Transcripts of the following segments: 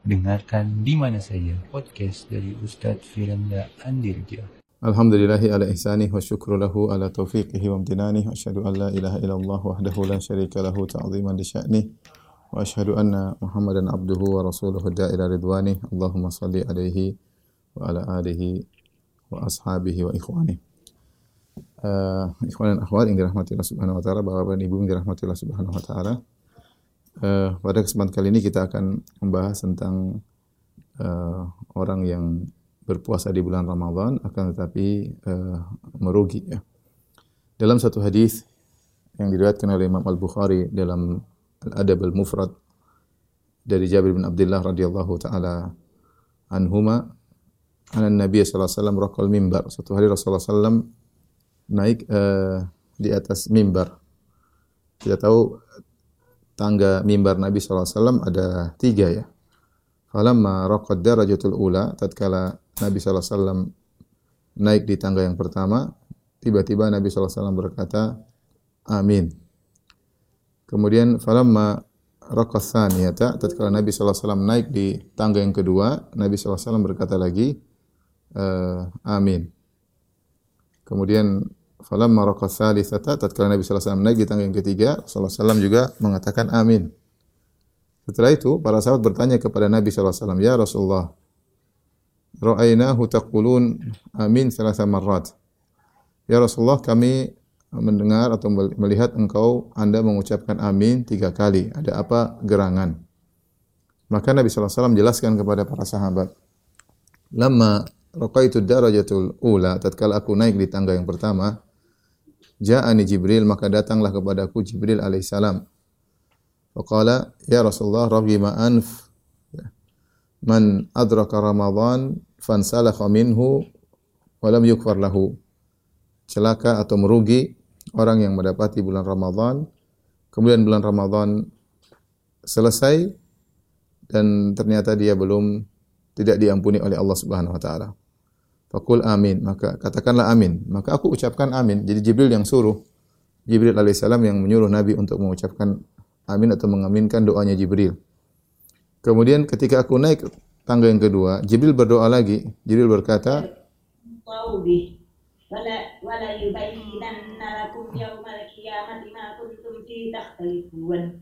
Dengarkan di mana saja podcast dari Ustadz Firanda Andirja. Alhamdulillahi ala ihsanih wa syukru lahu ala taufiqihi wa amtinanih wa asyhadu an la ilaha illallah wahdahu la syarika lahu ta'ziman li sya'nih wa asyhadu anna Muhammadan abduhu wa rasuluhu da'ila ridwanih. Allahumma salli alaihi wa ala alihi wa ashabihi wa ikhwanih. Ikhwan dan akhwat yang dirahmati Allah Subhanahu wa taala, Bapak dan Ibu yang dirahmati Allah Subhanahu wa taala. Pada kesempatan kali ini kita akan membahas tentang orang yang berpuasa di bulan Ramadan akan tetapi merugi ya. Dalam satu hadis yang diriwayatkan oleh Imam Al-Bukhari dalam Al-Adab Al-Mufrad dari Jabir bin Abdullah radhiyallahu taala anhuma, Nabi sallallahu alaihi wasallam raqal mimbar. Suatu hari Rasulullah sallallahu naik di atas mimbar. Kita tahu tangga mimbar Nabi SAW ada 3 ya. Falamma raqad darajatul ula, tatkala Nabi SAW naik di tangga yang pertama, tiba-tiba Nabi SAW berkata, amin. Kemudian falamma raqad tsaniyata, tatkala Nabi SAW naik di tangga yang kedua, Nabi SAW berkata lagi, amin. Kemudian falamma raqad tsalitsata, tatkala Nabi sallallahu alaihi wasallam naik di tangga yang ketiga, Rasulullah SAW juga mengatakan amin. Setelah itu para sahabat bertanya kepada Nabi sallallahu alaihi wasallam, "Ya Rasulullah, ra'ainahu taqulun amin 3 marrat." Ya Rasulullah, kami mendengar atau melihat Anda mengucapkan amin 3 kali. Ada apa gerangan? Maka Nabi sallallahu alaihi wasallam jelaskan kepada para sahabat, "Lamma raqaitu darajatul ula, tatkala aku naik di tangga yang pertama, ja'ani Jibril, maka datanglah kepadaku Jibril alaihissalam. Faqala, ya Rasulullah, raghima anf man adraka Ramadan fansalakha minhu wa lam yukfar lahu." Celaka atau merugi orang yang mendapati bulan Ramadan, kemudian bulan Ramadan selesai dan ternyata dia tidak diampuni oleh Allah Subhanahu wa taala. Faqul amin, maka katakanlah amin. Maka aku ucapkan amin. Jadi Jibril yang suruh. Jibril alaihissalam yang menyuruh Nabi untuk mengucapkan amin atau mengaminkan doanya Jibril. Kemudian ketika aku naik tangga yang kedua, Jibril berdoa lagi. Jibril berkata, wala yubayyinanna lakum yaumal qiyamati ma kuntum fihi takhtalifun.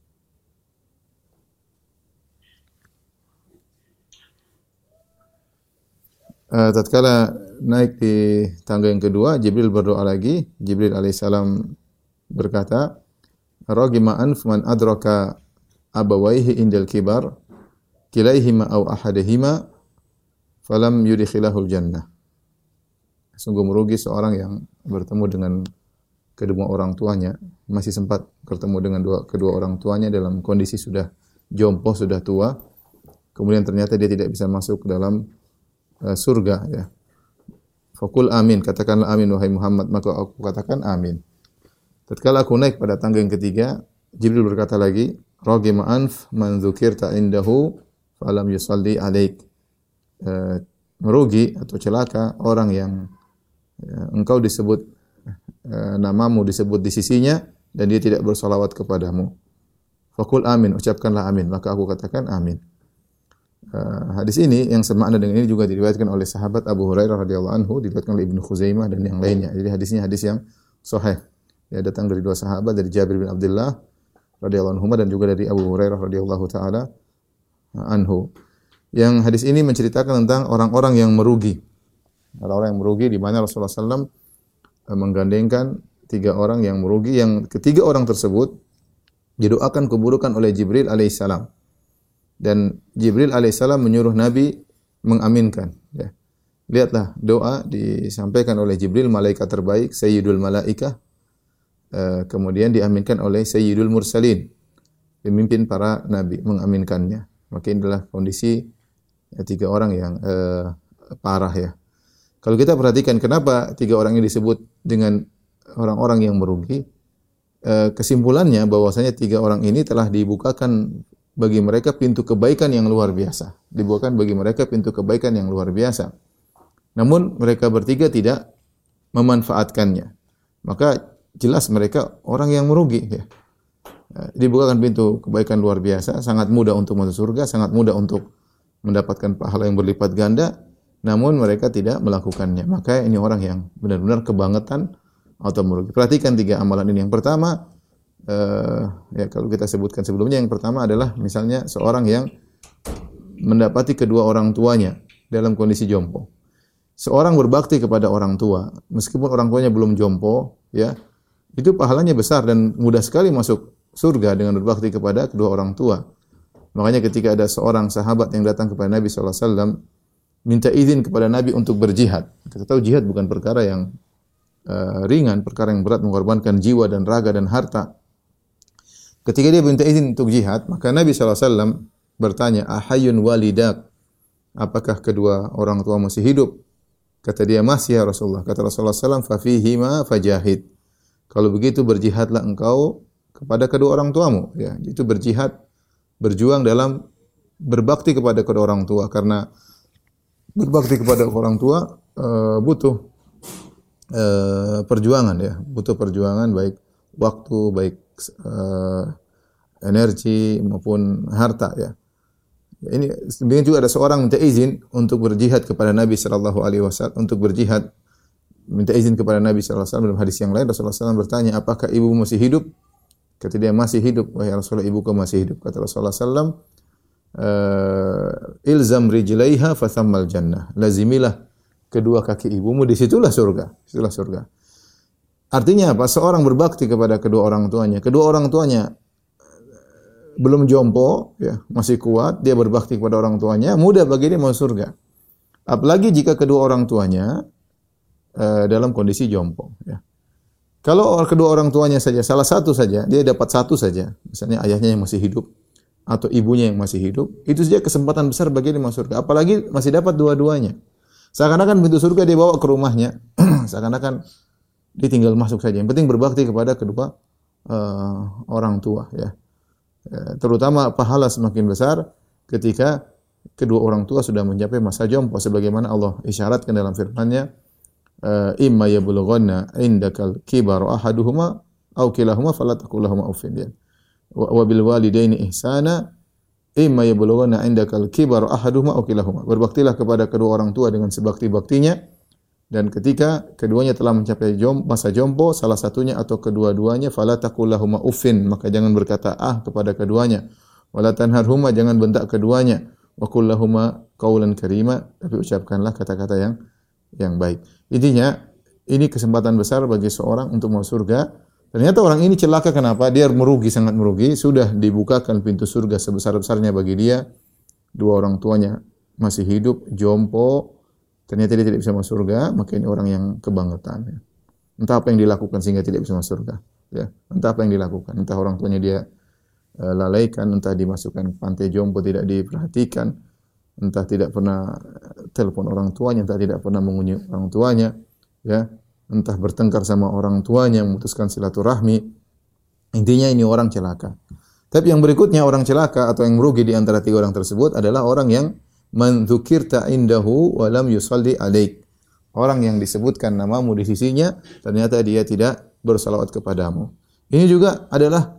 Tatkala naik di tangga yang kedua, Jibril berdoa lagi. Jibril alaihissalam berkata, "Raghima anf man adraka abawaihi indal kibar, kilaihima aw ahadihima, falam yudkhilahul jannah." Sungguh merugi seorang yang bertemu dengan kedua orang tuanya, masih sempat bertemu dengan kedua orang tuanya dalam kondisi sudah jompo, sudah tua. Kemudian ternyata dia tidak bisa masuk ke dalam surga ya. Faqul amin, katakanlah amin wahai Muhammad, maka aku katakan amin. Tatkala aku naik pada tangga yang ketiga, Jibril berkata lagi, raghima anf man dzukirta indahu falam yusalli alaik. Merugi atau celaka orang yang engkau disebut namamu disebut di sisinya dan dia tidak bersalawat kepadamu. Faqul amin, ucapkanlah amin, maka aku katakan amin. Hadis ini yang semakna dengan ini juga diriwayatkan oleh sahabat Abu Hurairah radhiyallahu anhu, diriwayatkan oleh Ibnu Khuzaimah dan yang lainnya. Jadi hadisnya hadis yang sahih. Ya, datang dari 2 sahabat, dari Jabir bin Abdullah radhiyallahu anhu dan juga dari Abu Hurairah radhiyallahu taala anhu. Yang hadis ini menceritakan tentang orang-orang yang merugi. Orang-orang yang merugi di mana Rasulullah SAW menggandengkan 3 orang yang merugi, yang ketiga orang tersebut didoakan keburukan oleh Jibril alaihissalam. Dan Jibril alaihissalam menyuruh Nabi mengaminkan. Ya. Lihatlah doa disampaikan oleh Jibril, malaikat terbaik, Sayyidul Malaikah. Kemudian diaminkan oleh Sayyidul Mursalin, pemimpin para nabi, mengaminkannya. Maka inilah kondisi 3 orang yang parah ya. Kalau kita perhatikan kenapa 3 orang ini disebut dengan orang-orang yang merugi, kesimpulannya bahwasanya 3 orang ini telah dibukakan bagi mereka pintu kebaikan yang luar biasa. Dibukakan bagi mereka pintu kebaikan yang luar biasa. Namun mereka bertiga tidak memanfaatkannya. Maka jelas mereka orang yang merugi ya. dibukakan pintu kebaikan luar biasa, sangat mudah untuk masuk surga, sangat mudah untuk mendapatkan pahala yang berlipat ganda, namun mereka tidak melakukannya. Maka ini orang yang benar-benar kebangetan atau merugi. Perhatikan 3 amalan ini. Yang pertama, ya kalau kita sebutkan sebelumnya, yang pertama adalah misalnya seorang yang mendapati kedua orang tuanya dalam kondisi jompo. Seorang berbakti kepada orang tua, meskipun orang tuanya belum jompo, ya, itu pahalanya besar dan mudah sekali masuk surga dengan berbakti kepada kedua orang tua. Makanya ketika ada seorang sahabat yang datang kepada Nabi SAW, minta izin kepada Nabi untuk berjihad. Kita tahu jihad bukan perkara yang ringan, perkara yang berat, mengorbankan jiwa dan raga dan harta. Ketika dia minta izin untuk jihad, maka Nabi SAW bertanya, "Ahayyun walidak?" Apakah kedua orang tua masih hidup? Kata dia, "Masih ya Rasulullah." Kata Rasulullah SAW, "Fa fihima fajahid." Kalau begitu berjihadlah engkau kepada kedua orang tuamu. Ya, itu berjihad, berjuang dalam berbakti kepada kedua orang tua, karena berbakti kepada orang tua butuh perjuangan, ya, butuh perjuangan, baik waktu, baik energi maupun harta, ya. Ini demikian juga ada seorang minta izin untuk berjihad kepada Nabi sallallahu alaihi wasallam, untuk berjihad minta izin kepada Nabi sallallahu alaihi wasallam. Dalam hadis yang lain Rasulullah SAW bertanya, "Apakah ibu masih hidup?" Kata dia, "Masih hidup, wahai Rasulullah, ibuku masih hidup." Kata Rasulullah SAW, "Ilzam rijlaiha fa thammal jannah." Lazimilah kedua kaki ibumu, disitulah surga. Disitulah surga. Artinya apa? Seorang berbakti kepada kedua orang tuanya. Kedua orang tuanya belum jompo, ya, masih kuat, dia berbakti kepada orang tuanya, mudah bagi dia masuk surga. Apalagi jika kedua orang tuanya dalam kondisi jompo, ya. Kalau kedua orang tuanya saja, salah satu saja, dia dapat satu saja, misalnya ayahnya yang masih hidup atau ibunya yang masih hidup, itu saja kesempatan besar bagi dia masuk surga. Apalagi masih dapat dua-duanya. Seakan-akan pintu surga dia bawa ke rumahnya, seakan-akan dia tinggal masuk saja. Yang penting berbakti kepada kedua orang tua, ya. Terutama pahala semakin besar ketika kedua orang tua sudah mencapai masa jompo, sebagaimana Allah isyaratkan dalam firman-Nya, "Imma yablughanna indakal kibaru ahaduhuma aw kilahuma fala taqul lahumā uffin." Wa bil walidaini ihsana, imma yablughanna indakal kibaru ahaduhuma aw kilahuma. Berbaktilah kepada kedua orang tua dengan sebakti-baktinya, dan ketika keduanya telah mencapai masa jompo, salah satunya atau kedua-duanya, fala taqul lahumā uffin, maka jangan berkata kepada keduanya. Wala tanharhuma, jangan bentak keduanya. Wa qul lahumā qawlan karīma, tapi ucapkanlah kata-kata yang baik. Intinya, ini kesempatan besar bagi seorang untuk masuk surga. Ternyata orang ini celaka, kenapa? Dia merugi, sangat merugi. Sudah dibukakan pintu surga sebesar-besarnya bagi dia. Dua orang tuanya masih hidup, jompo. Ternyata dia tidak bisa masuk surga, maka ini orang yang kebangetan, ya. Entah apa yang dilakukan sehingga tidak bisa masuk surga, ya. Entah apa yang dilakukan, entah orang tuanya dia lalaikan, entah dimasukkan pantai jompo tidak diperhatikan, entah tidak pernah telepon orang tuanya, entah tidak pernah mengunjungi orang tuanya, ya. Entah bertengkar sama orang tuanya, memutuskan silaturahmi. Intinya ini orang celaka. Tapi yang berikutnya, orang celaka atau yang merugi di antara 3 orang tersebut adalah orang yang man dzukirta indahu wa lam yusalli alaik. Orang yang disebutkan namamu di sisinya, ternyata dia tidak bersalawat kepadamu. Ini juga adalah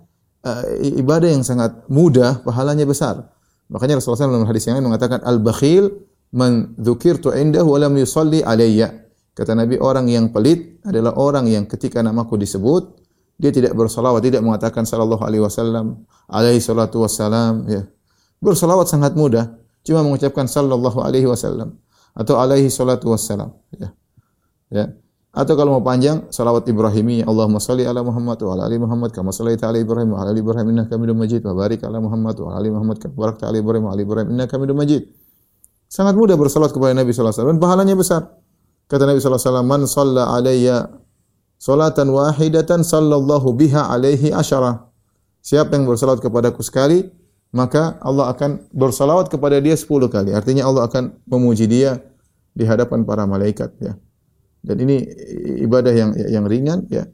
ibadah yang sangat mudah, pahalanya besar. Makanya Rasulullah SAW dalam hadis yang lain mengatakan, "Al-bakhil man dzukirtu indahu wa lam yusalli alayya." Kata Nabi, orang yang pelit adalah orang yang ketika namaku disebut, dia tidak bersalawat, tidak mengatakan sallallahu alaihi wasallam, alaihi salatu wassalam, ya. Bersalawat sangat mudah. Cuma mengucapkan sallallahu alaihi wasallam atau alaihi salatu wassalam, ya. Ya. Atau kalau mau panjang, salawat Ibrahimi, Allahumma shalli ala Muhammad wa ala ali Muhammad kama shallaita ala Ibrahim wa ala ali Ibrahim innaka Hamidum Majid wa barik ala Muhammad wa ala ali Muhammad kama barakta ala Ibrahim wa ala ali Ibrahim innaka Hamidum Majid. Sangat mudah bersalawat kepada Nabi sallallahu alaihi wasallam, pahalanya besar. Kata Nabi sallallahu alaihi wasallam, "Man shalla alayya salatan wahidatan sallallahu biha alaihi asyara." Siapa yang bersalawat kepadaku sekali, maka Allah akan bersalawat kepada dia 10 kali. Artinya Allah akan memuji dia di hadapan para malaikat, ya. Dan ini ibadah yang ringan, ya.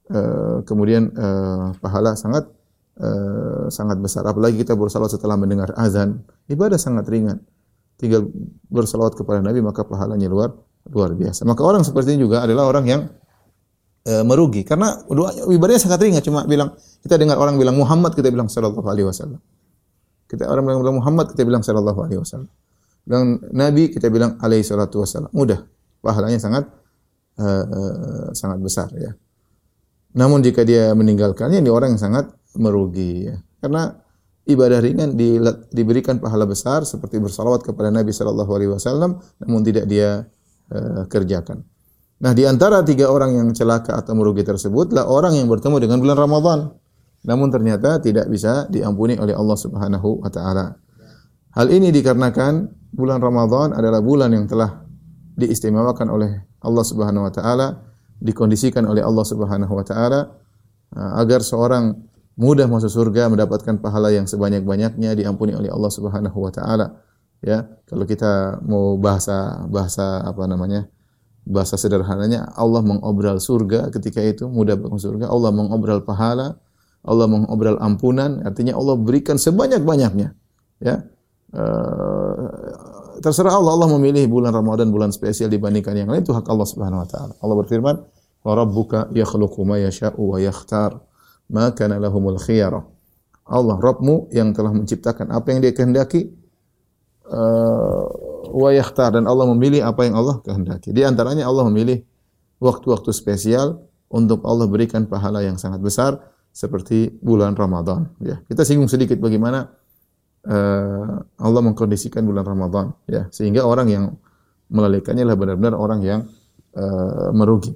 Kemudian pahala sangat besar. Apalagi kita bersalawat setelah mendengar azan, ibadah sangat ringan. Tinggal bersalawat kepada Nabi, maka pahalanya luar biasa. Maka orang seperti ini juga adalah orang yang merugi karena doa ibadahnya sangat ringan, cuma bilang kita dengar orang bilang Muhammad, kita bilang sallallahu alaihi wasallam. Kita orang bilang Muhammad, kita bilang sallallahu alaihi wasallam. Bilang Nabi, kita bilang alaihi salatu wasallam. Mudah, pahalanya sangat sangat besar ya. Namun jika dia meninggalkannya, ini orang yang sangat merugi ya. Karena ibadah ringan diberikan pahala besar seperti bersalawat kepada Nabi sallallahu alaihi wasallam, namun tidak dia kerjakan. Nah, di antara 3 orang yang celaka atau merugi tersebutlah orang yang bertemu dengan bulan Ramadan, namun ternyata tidak bisa diampuni oleh Allah Subhanahu wa taala. Hal ini dikarenakan bulan Ramadan adalah bulan yang telah diistimewakan oleh Allah Subhanahu wa taala, dikondisikan oleh Allah Subhanahu wa taala agar seorang mudah masuk surga, mendapatkan pahala yang sebanyak-banyaknya, diampuni oleh Allah Subhanahu wa taala. Ya, kalau kita mau bahasa sederhananya, Allah mengobral surga ketika itu, mudah masuk surga, Allah mengobral pahala, Allah mengobral ampunan, artinya Allah berikan sebanyak-banyaknya. Ya. Terserah Allah, Allah memilih bulan Ramadan bulan spesial dibandingkan yang lain, itu hak Allah Subhanahu wa taala. Allah berfirman, "Wa rabbuka yakhluqu ma yasha'u wa yakhtar, ma kana lahumul khiyarah." Allah Rabbmu yang telah menciptakan apa yang Dia kehendaki, wa yakhtar, dan Allah memilih apa yang Allah kehendaki. Di antaranya Allah memilih waktu-waktu spesial untuk Allah berikan pahala yang sangat besar seperti bulan Ramadan. Ya, kita singgung sedikit bagaimana Allah mengkondisikan bulan Ramadan, ya, sehingga orang yang melalaikannya adalah benar-benar orang yang merugi.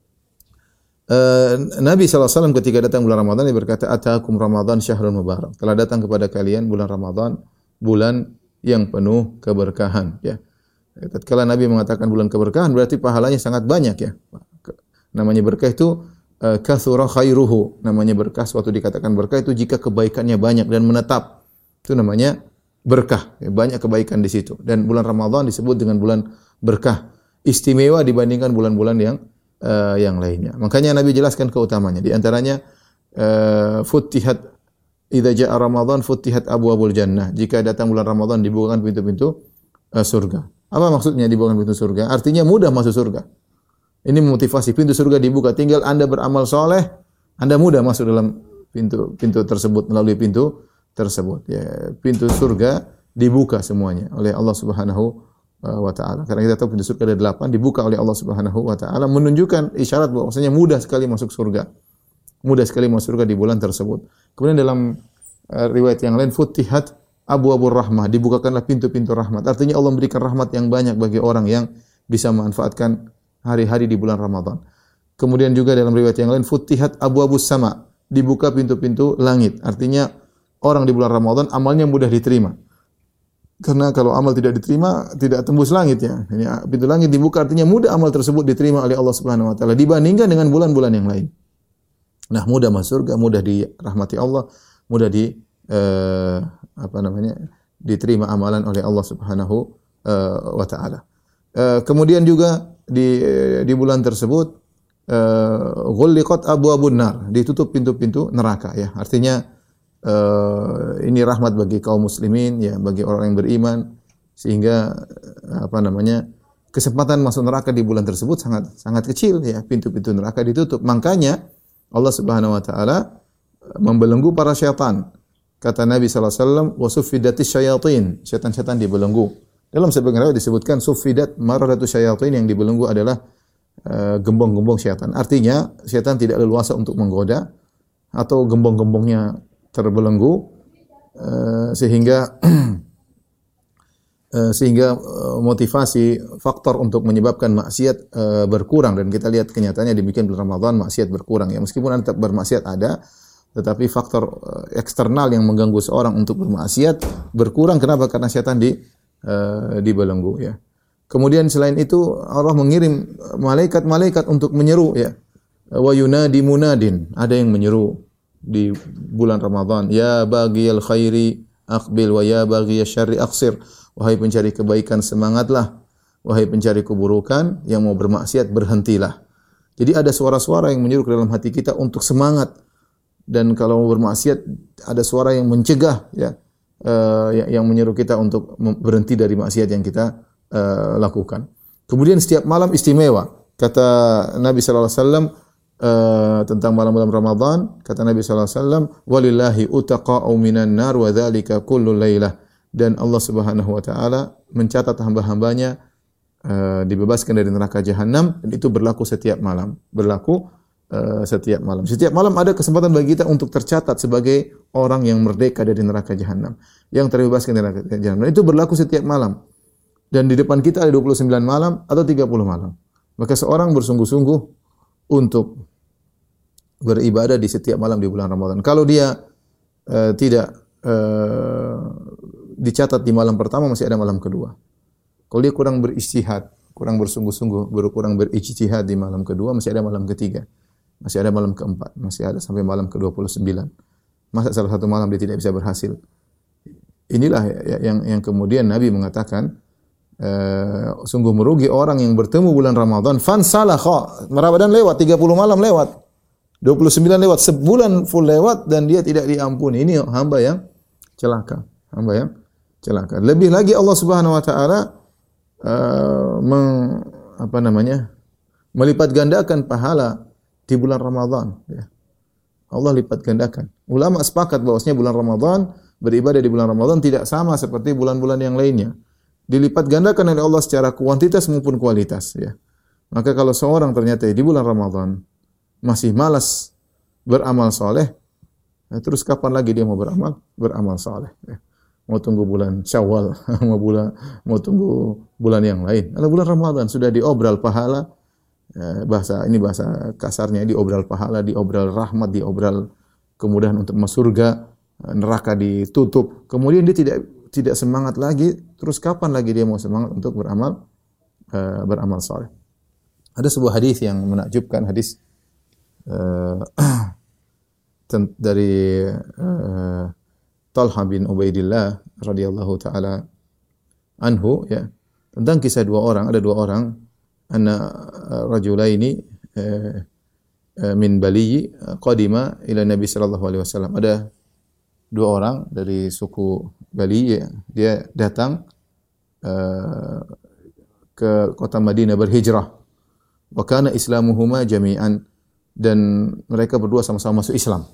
Nabi SAW ketika datang bulan Ramadan, dia berkata, "Ataakum Ramadan syahrun mubarak." Telah datang kepada kalian bulan Ramadan, bulan yang penuh keberkahan. Ya, tatkala Nabi mengatakan bulan keberkahan, berarti pahalanya sangat banyak. Ya, namanya berkah itu katsura khairuhu. Namanya berkah, suatu dikatakan berkah itu jika kebaikannya banyak dan menetap. Itu namanya berkah. Ya, banyak kebaikan di situ. Dan bulan Ramadan disebut dengan bulan berkah, istimewa dibandingkan bulan-bulan yang lainnya. Makanya Nabi jelaskan keutamanya. Di antaranya futtihat idza jaa Ramadan futtihat abwabul jannah. Jika datang bulan Ramadan dibukakan pintu-pintu surga. Apa maksudnya dibukakan pintu surga? Artinya mudah masuk surga. Ini memotivasi, pintu surga dibuka, tinggal Anda beramal soleh, Anda mudah masuk dalam pintu tersebut, melalui pintu tersebut. Ya, pintu surga dibuka semuanya oleh Allah Subhanahu wa taala. Karena kita tahu pintu surga ada 8 dibuka oleh Allah Subhanahu wa taala, menunjukkan isyarat bahwasanya mudah sekali masuk surga. Mudah sekali masuk surga di bulan tersebut. Kemudian dalam riwayat yang lain, futtihat abwabur rahmah, dibukakanlah pintu-pintu rahmat. Artinya Allah memberikan rahmat yang banyak bagi orang yang bisa memanfaatkan hari-hari di bulan Ramadan. Kemudian juga dalam riwayat yang lain, futtihat abwabus sama, dibuka pintu-pintu langit. Artinya orang di bulan Ramadan amalnya mudah diterima. Karena kalau amal tidak diterima, tidak tembus langit ya. Ini pintu langit dibuka, artinya mudah amal tersebut diterima oleh Allah Subhanahu wa taala dibandingkan dengan bulan-bulan yang lain. Nah, mudah masuk surga, mudah dirahmati Allah, mudah diterima amalan oleh Allah Subhanahu wa taala. Kemudian juga di bulan tersebut ghulliqat abwabun nar, ditutup pintu-pintu neraka ya. Artinya ini rahmat bagi kaum muslimin ya, bagi orang yang beriman, sehingga kesempatan masuk neraka di bulan tersebut sangat kecil ya, pintu-pintu neraka ditutup. Makanya Allah Subhanahu wa taala membelenggu para syaitan. Kata Nabi sallallahu alaihi wasallam, "Wa suffidatis syayatin." Syaitan-syaitan dibelenggu. Dalam sebagian riwayat disebutkan suffidat maradatus syayatin, yang dibelenggu adalah gembong-gembong syaitan. Artinya syaitan tidak leluasa untuk menggoda atau gembong-gembongnya terbelenggu sehingga motivasi faktor untuk menyebabkan maksiat berkurang, dan kita lihat kenyataannya demikian bulan Ramadan maksiat berkurang ya, meskipun tetap bermaksiat ada, tetapi faktor eksternal yang mengganggu seorang untuk bermaksiat berkurang. Kenapa? Karena syaitan dibelenggu ya. Kemudian selain itu Allah mengirim malaikat-malaikat untuk menyeru ya. Wa yunadi munadin, ada yang menyeru di bulan Ramadan, ya baghiyal khairi aqbil wa ya baghiyasy syarri aqsir. Wahai pencari kebaikan, semangatlah. Wahai pencari keburukan, yang mau bermaksiat, berhentilah. Jadi ada suara-suara yang menyuruh ke dalam hati kita untuk semangat. Dan kalau mau bermaksiat, ada suara yang mencegah ya, yang menyuruh kita untuk berhenti dari maksiat yang kita lakukan. Kemudian setiap malam istimewa. Kata Nabi sallallahu alaihi wasallam, tentang malam-malam Ramadan, kata Nabi sallallahu alaihi wasallam, "Walillahi utaqa'u minan nar wa dzalika kullu lailah." Dan Allah Subhanahu wa taala mencatat hamba-hambanya dibebaskan dari neraka jahanam, dan itu berlaku setiap malam. Setiap malam. Setiap malam ada kesempatan bagi kita untuk tercatat sebagai orang yang merdeka dari neraka jahanam, yang terbebaskan dari neraka jahanam. Dan itu berlaku setiap malam. Dan di depan kita ada 29 malam atau 30 malam. Maka seorang bersungguh-sungguh untuk beribadah di setiap malam di bulan Ramadan. Kalau dia tidak dicatat di malam pertama, masih ada malam kedua. Kalau dia kurang berijtihad, kurang bersungguh-sungguh, kurang berijtihad di malam kedua, masih ada malam ketiga. Masih ada malam keempat, masih ada sampai malam ke-29. Masa salah satu malam dia tidak bisa berhasil? Inilah yang kemudian Nabi mengatakan, sungguh merugi orang yang bertemu bulan Ramadan, fansalakha, Ramadan lewat, 30 malam lewat, 29 lewat, sebulan full lewat dan dia tidak diampuni. Ini hamba yang celaka, hamba yang celaka. Lebih lagi Allah Subhanahu wa taala melipat gandakan pahala di bulan Ramadan, ya. Allah lipat gandakan. Ulama sepakat bahwasanya bulan Ramadan, beribadah di bulan Ramadan tidak sama seperti bulan-bulan yang lainnya. Dilipat gandakan oleh Allah secara kuantitas maupun kualitas, ya. Maka kalau seorang ternyata di bulan Ramadan masih malas beramal soleh, terus kapan lagi dia mau beramal soleh, ya. Mau tunggu bulan Syawal, mau tunggu bulan yang lain. Kalau bulan Ramadan sudah diobral pahala, bahasa kasarnya, diobral pahala, diobral rahmat, diobral kemudahan untuk masuk surga, neraka ditutup. Kemudian dia tidak semangat lagi, terus kapan lagi dia mau semangat untuk beramal saleh? Ada sebuah hadis yang menakjubkan, hadis dari Talha bin Ubaidillah radhiyallahu taala anhu, ya, tentang kisah ada dua orang anna rajulaini min Bali qadima ila Nabi sallallahu alaihi wasallam. Ada dua orang dari suku Bali, ya, dia datang ke kota Madinah berhijrah. Wa kana islamuhuma jami'an, dan mereka berdua sama-sama masuk Islam.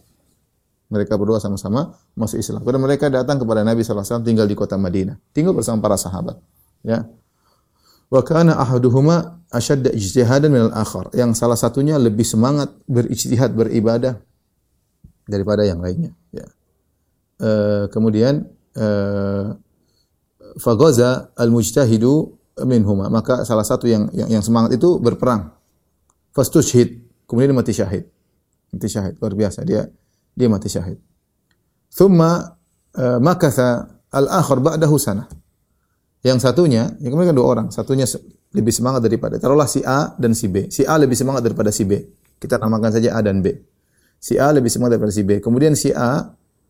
Kemudian mereka datang kepada Nabi sallallahu alaihi wasallam, tinggal di kota Madinah, tinggal bersama para sahabat, ya. Wa kana ahaduhuma ashadda ijtihadan min al-akhar, yang salah satunya lebih semangat berijtihad, beribadah daripada yang lainnya, ya. Kemudian faghaza al-mujtahidu minhuma, maka salah satu yang semangat itu berperang. Fastushhid, kemudian mati syahid. Luar biasa, dia mati syahid. Thumma makatha al-akhar ba'dahu sanah. Yang satunya, yang kemudian dua orang, satunya lebih semangat daripada, taruhlah si A dan si B. Si A lebih semangat daripada si B. Kita namakan saja A dan B. Si A lebih semangat daripada si B. Kemudian si A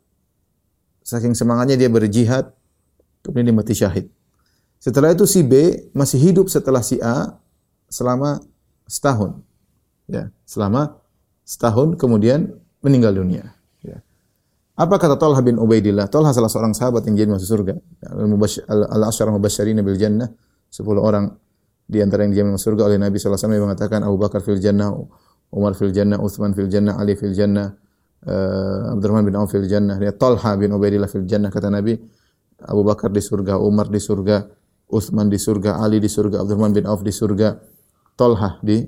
saking semangatnya dia berjihad, kemudian dia mati syahid. Setelah itu si B masih hidup setelah si A selama setahun. Ya, selama setahun kemudian meninggal dunia. Ya. Apa kata Talha bin Ubaidillah? Talha salah seorang sahabat yang jadi masuk surga. Al-Asyara Mubasysyirin bil Jannah, 10 orang di antara yang dijamin masuk surga oleh Nabi sallallahu alaihi wasallam, yang mengatakan Abu Bakar fil Jannah, Umar fil Jannah, Utsman fil Jannah, Ali fil Jannah, Abdurrahman bin Auf fil Jannah, Talha bin Ubaidillah fil Jannah. Kata Nabi, Abu Bakar di surga, Umar di surga, Utsman di surga, Ali di surga, Abdurrahman bin Auf di surga, Talha di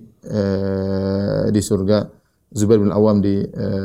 surga, Zubair bin Awam di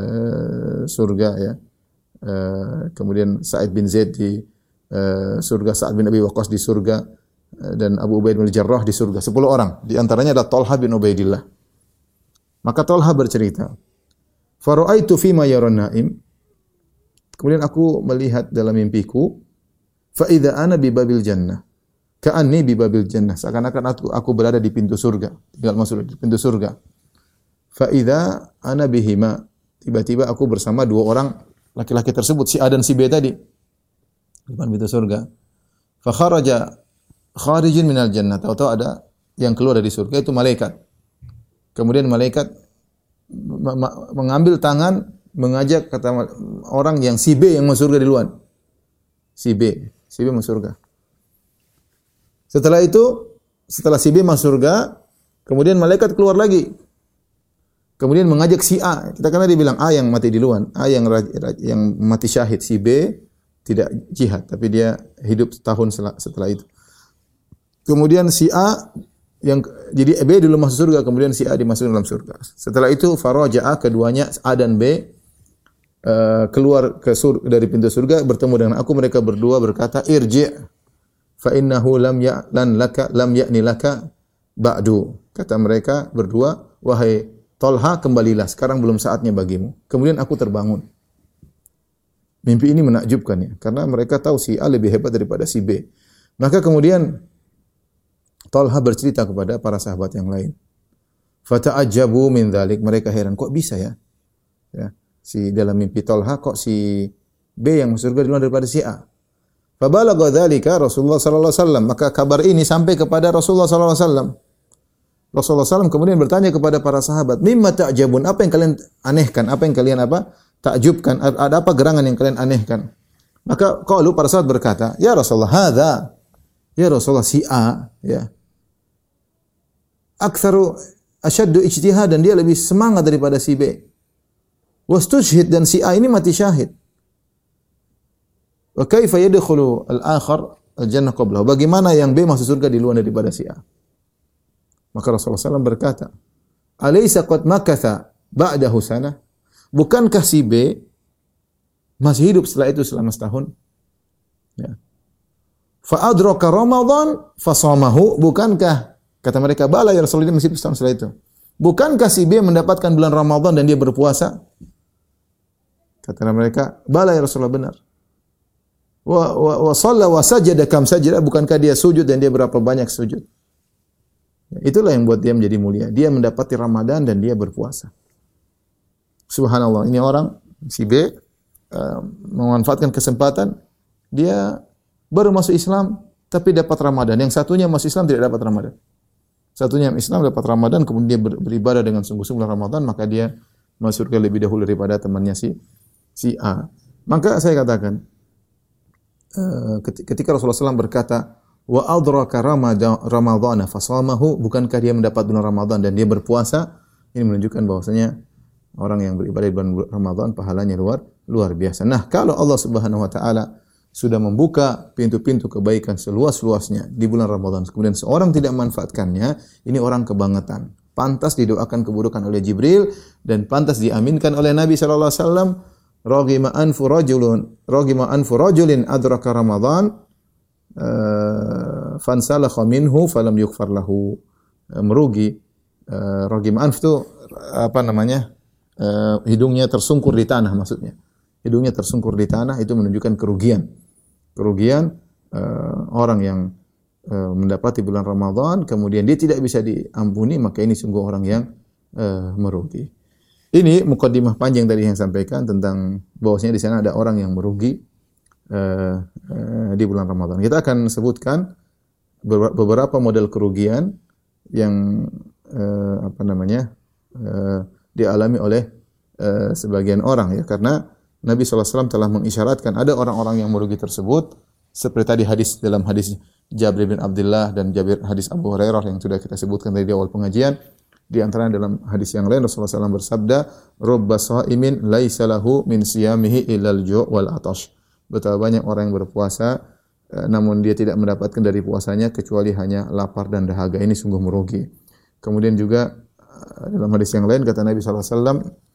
surga, ya. Kemudian Sa'id bin Zaid di surga, Sa'ad bin Abi Waqqas di surga, dan Abu Ubaid bin Jarrah di surga. 10 orang. Di antaranya ada Talha bin Ubaidillah. Maka Talha bercerita, "Fara'aitu fima yaran naim." Kemudian aku melihat dalam mimpiku, fa idza ana bi babil jannah. Ka'anni bi babil jannah. Seakan-akan aku berada di pintu surga, tinggal masuk di pintu surga. Fa idza ana bihima. Tiba-tiba aku bersama dua orang laki-laki tersebut, si A dan si B tadi, di depan pintu surga. Fa kharaja kharijun minal jannah. Tahu-tahu ada yang keluar dari surga, itu malaikat. Kemudian malaikat mengambil tangan, mengajak kata orang yang si B yang masuk surga duluan. Si B masuk surga. Setelah itu, setelah si B masuk surga, kemudian malaikat keluar lagi kemudian mengajak si A. Kita karena dia bilang A yang mati duluan, A yang mati syahid, si B tidak jihad, tapi dia hidup setahun setelah itu. Kemudian si A jadi B dulu masuk surga, kemudian si A dimasukkan dalam surga. Setelah itu faraja'a, keduanya A dan B keluar dari pintu surga bertemu dengan aku, mereka berdua berkata irji' fa innahu lam ya'ni laka ba'du. Kata mereka berdua, wahai Tolha, kembalilah, sekarang belum saatnya bagimu. Kemudian aku terbangun. Mimpi ini menakjubkan ya, karena mereka tahu si A lebih hebat daripada si B. Maka kemudian Tolha bercerita kepada para sahabat yang lain. Fata'ajabu min dzalik, mereka heran, kok bisa ya? Ya, si dalam mimpi Tolha kok si B yang masuk surga duluan daripada si A. Fabalagha dzalika Rasulullah sallallahu alaihi wasallam, maka kabar ini sampai kepada Rasulullah sallallahu alaihi wasallam. Rasulullah SAW kemudian bertanya kepada para sahabat, mimma ta'jabun, apa yang kalian anehkan, apa yang kalian takjubkan, ada apa gerangan yang kalian anehkan? Maka qalu, para sahabat berkata, ya Rasulullah, hadza, ya Rasulullah, si A, ya, aktsaru asyaddu ijtihadan, dia lebih semangat daripada si B. Wastushhid, dan si A ini mati syahid. Wa kaifa yadkhulu al-akhar al-jannah qablahu, bagaimana yang B masuk surga di luar daripada si A? Maka Rasulullah SAW berkata, alaysa qad makatha ba'dahu sanah, bukankah si B masih hidup setelah itu selama setahun? Ya. Fa adraka Ramadan fasamahu, bukankah, kata mereka, bala ya Rasulullah, masih setahun setelah itu. Bukankah si B mendapatkan bulan Ramadan dan dia berpuasa? Kata mereka, bala ya Rasulullah, benar. Wa shalla wa sajada kam sajada, bukankah dia sujud dan dia berapa banyak sujud? Itulah yang buat dia menjadi mulia. Dia mendapati Ramadan dan dia berpuasa. Subhanallah, ini orang si B memanfaatkan kesempatan, dia baru masuk Islam tapi dapat Ramadan. Yang satunya masuk Islam tidak dapat Ramadan. Satunya Islam dapat Ramadan, kemudian dia beribadah dengan sungguh-sungguh Ramadan, maka dia masuk surga lebih dahulu daripada temannya si A. Maka saya katakan, ketika Rasulullah SAW berkata, wa adraka Ramadhana fasamahu, bukankah dia mendapat bulan Ramadan dan dia berpuasa? Ini menunjukkan bahwasanya orang yang beribadah di bulan Ramadan pahalanya luar biasa. Nah, kalau Allah Subhanahu wa taala sudah membuka pintu-pintu kebaikan seluas-luasnya di bulan Ramadan, kemudian seorang tidak memanfaatkannya, ini orang kebangetan. Pantas didoakan keburukan oleh Jibril dan pantas diaminkan oleh Nabi sallallahu alaihi wasallam. Raghima anfu rajulin adraka Ramadan fansalakha minhu falam yughfar lahu, merugi. Ragim anf itu apa namanya, hidungnya tersungkur di tanah, maksudnya hidungnya tersungkur di tanah, itu menunjukkan kerugian orang yang mendapati bulan Ramadan kemudian dia tidak bisa diampuni, maka ini sungguh orang yang merugi. Ini mukaddimah panjang tadi yang sampaikan tentang bahwasanya di sana ada orang yang merugi di bulan Ramadan. Kita akan sebutkan beberapa model kerugian yang dialami oleh sebagian orang, ya, karena Nabi SAW telah mengisyaratkan ada orang-orang yang merugi tersebut, seperti tadi dalam hadis Jabir bin Abdullah dan hadis Abu Hurairah yang sudah kita sebutkan tadi di awal pengajian. Di antaranya dalam hadis yang lain Rasulullah SAW bersabda, "Rubba sha'imin laisa lahu min siyamihi illal ju' wal atash." Betapa banyak orang yang berpuasa namun dia tidak mendapatkan dari puasanya kecuali hanya lapar dan dahaga. Ini sungguh merugi. Kemudian juga dalam hadis yang lain kata Nabi sallallahu alaihi wasallam,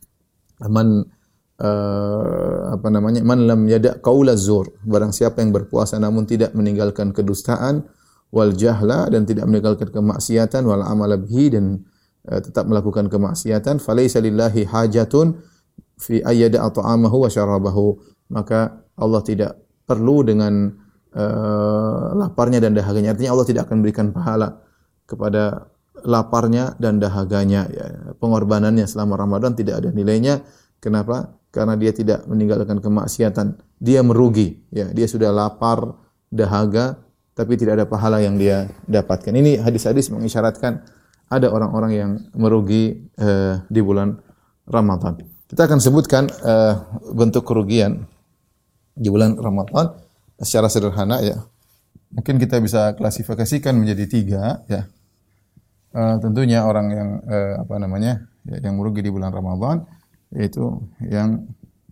man lam yada' qaulaz zur, barang siapa yang berpuasa namun tidak meninggalkan kedustaan, wal jahla, dan tidak meninggalkan kemaksiatan, wal amala bihi, dan tetap melakukan kemaksiatan, falaisa lillahi hajatun fi ayyada ta'amahu wa syarabahu, maka Allah tidak perlu dengan laparnya dan dahaganya. Artinya Allah tidak akan berikan pahala kepada laparnya dan dahaganya, ya. Pengorbanannya selama Ramadan tidak ada nilainya. Kenapa? Karena dia tidak meninggalkan kemaksiatan. Dia merugi, ya. Dia sudah lapar, dahaga, tapi tidak ada pahala yang dia dapatkan. Ini hadis-hadis mengisyaratkan ada orang-orang yang merugi di bulan Ramadan. Kita akan sebutkan bentuk kerugian di bulan Ramadan secara sederhana, ya. Mungkin kita bisa klasifikasikan menjadi 3, ya. Tentunya orang yang ya, yang merugi di bulan Ramadan, yaitu yang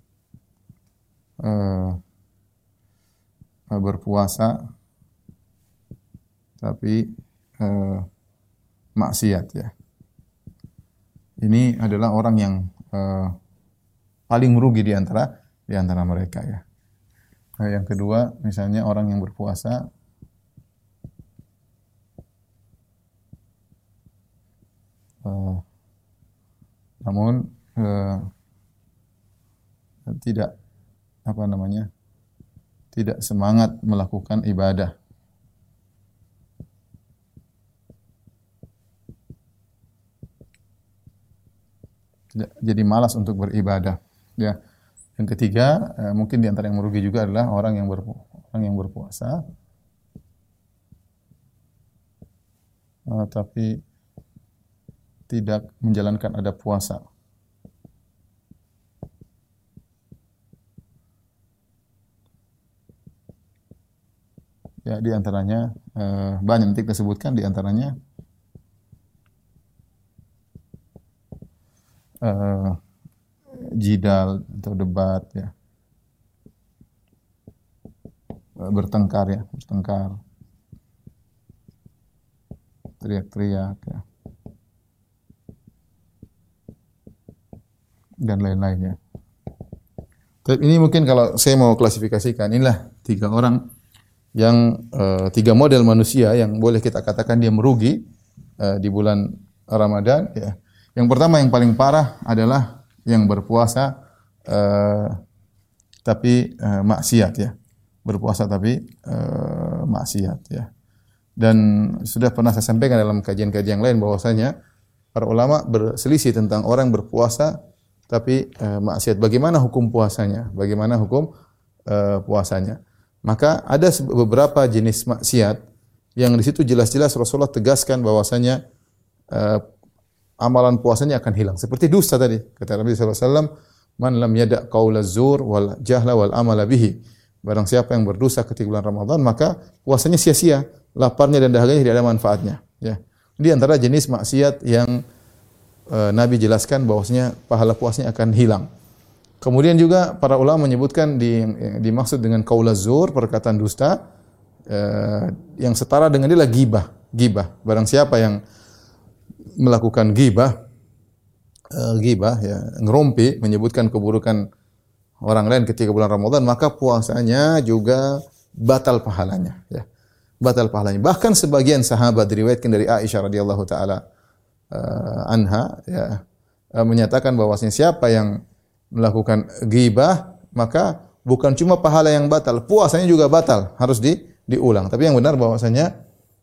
berpuasa tapi maksiat ya. Ini adalah orang yang paling merugi di antara mereka ya. Yang kedua, misalnya orang yang berpuasa namun tidak tidak semangat melakukan ibadah. Jadi malas untuk beribadah. Ya. Yang ketiga, mungkin di antara yang merugi juga adalah orang yang berpuasa, tapi tidak menjalankan adab puasa. Ya, di antaranya banyak nanti kita sebutkan, di antaranya jidal atau debat ya, bertengkar, teriak-teriak ya, dan lain-lainnya. Tapi ini mungkin kalau saya mau klasifikasikan, inilah tiga orang yang tiga model manusia yang boleh kita katakan dia merugi di bulan Ramadan ya. Yang pertama yang paling parah adalah yang berpuasa tapi maksiat ya. Berpuasa tapi maksiat ya. Dan sudah pernah saya sampaikan dalam kajian-kajian lain bahwasanya para ulama berselisih tentang orang berpuasa tapi maksiat. Bagaimana hukum puasanya? Bagaimana hukum puasanya? Maka ada beberapa jenis maksiat yang di situ jelas-jelas Rasulullah tegaskan bahwasanya amalan puasanya akan hilang. Seperti dusta tadi. Kata Nabi sallallahu alaihi wasallam, "Man lam yada' qaulaz zur wal jahla wal amala bihi." Barang siapa yang berdosa ketika bulan Ramadan, maka puasanya sia-sia, laparnya dan dahaganya tidak ada manfaatnya, ya. Di antara jenis maksiat yang Nabi jelaskan bahwasanya pahala puasanya akan hilang. Kemudian juga para ulama menyebutkan dimaksud dengan qaulaz zur, perkataan dusta, yang setara dengan dia adalah ghibah. Barang siapa yang melakukan ghibah ya, ngerumpi, menyebutkan keburukan orang lain ketika bulan Ramadan, maka puasanya juga batal pahalanya ya. Batal pahalanya. Bahkan sebagian sahabat diriwayatkan dari Aisyah radhiyallahu taala anha ya, menyatakan bahwasanya siapa yang melakukan ghibah, maka bukan cuma pahala yang batal, puasanya juga batal, harus diulang. Tapi yang benar bahwasanya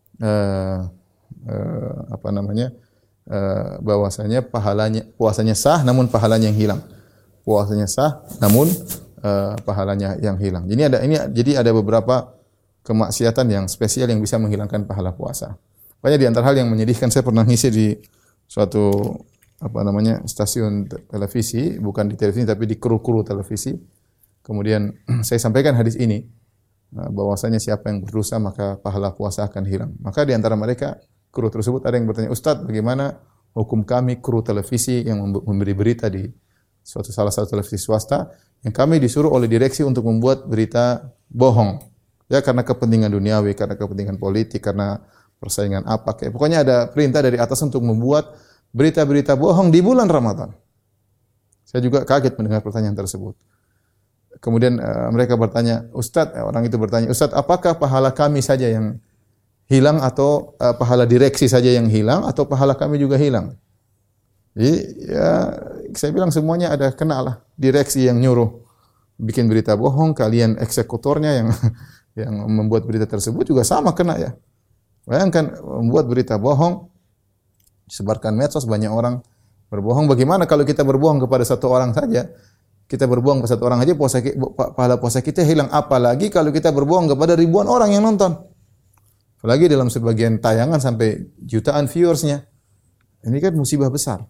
bahwasanya puasanya sah namun pahalanya yang hilang. Puasanya sah namun pahalanya yang hilang. Jadi ada beberapa kemaksiatan yang spesial yang bisa menghilangkan pahala puasa. Banyak di antara hal yang menyedihkan, saya pernah ngisi di suatu stasiun televisi, bukan di televisi tapi di kru televisi. Kemudian saya sampaikan hadis ini, bahwasanya siapa yang berdosa maka pahala puasa akan hilang. Maka di antara mereka kru tersebut ada yang bertanya, "Ustaz, bagaimana hukum kami kru televisi yang memberi berita di salah satu televisi swasta yang kami disuruh oleh direksi untuk membuat berita bohong, ya karena kepentingan duniawi, karena kepentingan politik, karena persaingan apa kayak. Pokoknya ada perintah dari atas untuk membuat berita-berita bohong di bulan Ramadan." Saya juga kaget mendengar pertanyaan tersebut. Kemudian mereka bertanya, orang itu bertanya, "Ustaz, apakah pahala kami saja yang hilang atau pahala direksi saja yang hilang atau pahala kami juga hilang?" Jadi ya saya bilang semuanya ada kena lah. Direksi yang nyuruh bikin berita bohong, kalian eksekutornya yang membuat berita tersebut juga sama kena ya. Bayangkan membuat berita bohong, disebarkan medsos, banyak orang berbohong. Bagaimana kalau kita berbohong kepada satu orang saja? Kita berbohong kepada satu orang saja, pahala puasa kita hilang. Apalagi kalau kita berbohong kepada ribuan orang yang nonton. Apalagi dalam sebagian tayangan sampai jutaan viewersnya. Ini kan musibah besar.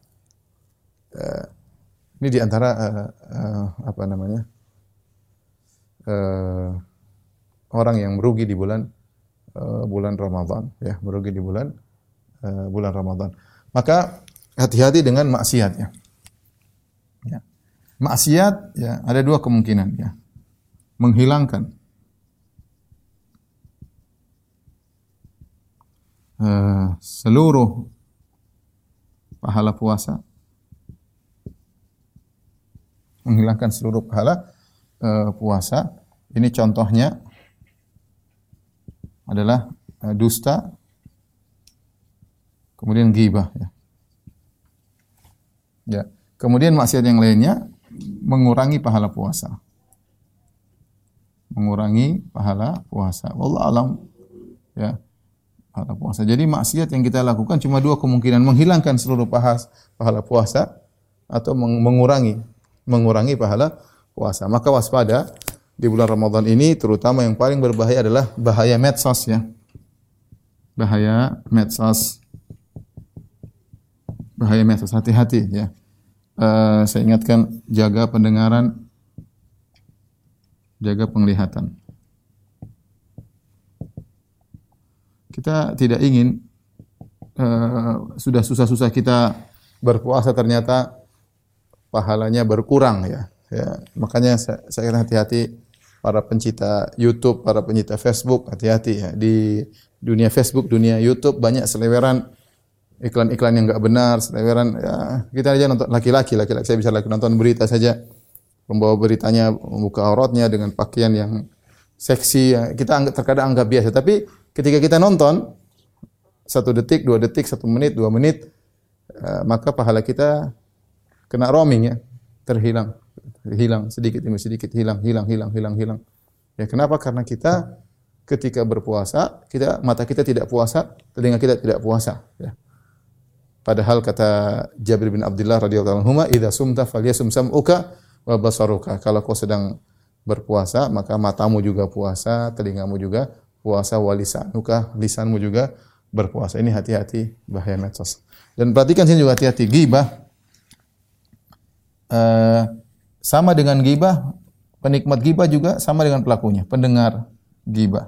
Ini di antara orang yang merugi di bulan Ramadan, ya, merugi di bulan Ramadan. Maka hati-hati dengan maksiat ya. Ya. Maksiat ya ada dua kemungkinan ya. Menghilangkan seluruh pahala puasa, menghilangkan seluruh pahala puasa. Ini contohnya adalah dusta, kemudian ghibah ya. Ya. Kemudian maksiat yang lainnya mengurangi pahala puasa. Mengurangi pahala puasa. Wallahu alam ya. Pahala puasa. Jadi maksiat yang kita lakukan cuma dua kemungkinan, menghilangkan seluruh pahala puasa atau mengurangi pahala puasa. Maka waspada di bulan Ramadan ini, terutama yang paling berbahaya adalah bahaya medsos ya. Bahaya medsos. Bahaya medsos, hati-hati ya. Saya ingatkan, jaga pendengaran, jaga penglihatan. Kita tidak ingin sudah susah-susah kita berpuasa ternyata pahalanya berkurang ya. Ya, makanya saya kira hati-hati para pencinta YouTube, para pencinta Facebook, hati-hati ya. Di dunia Facebook, dunia YouTube banyak seleweran iklan-iklan yang enggak benar, seleweran ya. Kita aja nonton laki-laki saya bisa nonton berita saja. Pembawa beritanya membuka auratnya dengan pakaian yang seksi ya. Kita terkadang anggap biasa, tapi ketika kita nonton 1 detik, 2 detik, 1 menit, 2 menit, maka pahala kita kena roaming ya, hilang sedikit demi sedikit, hilang. Ya kenapa? Karena kita ketika berpuasa, mata kita tidak puasa, telinga kita tidak puasa. Ya. Padahal kata Jabir bin Abdullah radhiyallahu anhu, "Idza sumta falyasum sam'uka wa basaruka." Kalau kau sedang berpuasa, maka matamu juga puasa, telingamu juga puasa, walisanuka, lisanmu juga berpuasa. Ini hati-hati bahaya medsos. Dan perhatikan sini juga hati-hati ghibah. Sama dengan ghibah, penikmat ghibah juga sama dengan pelakunya, pendengar ghibah.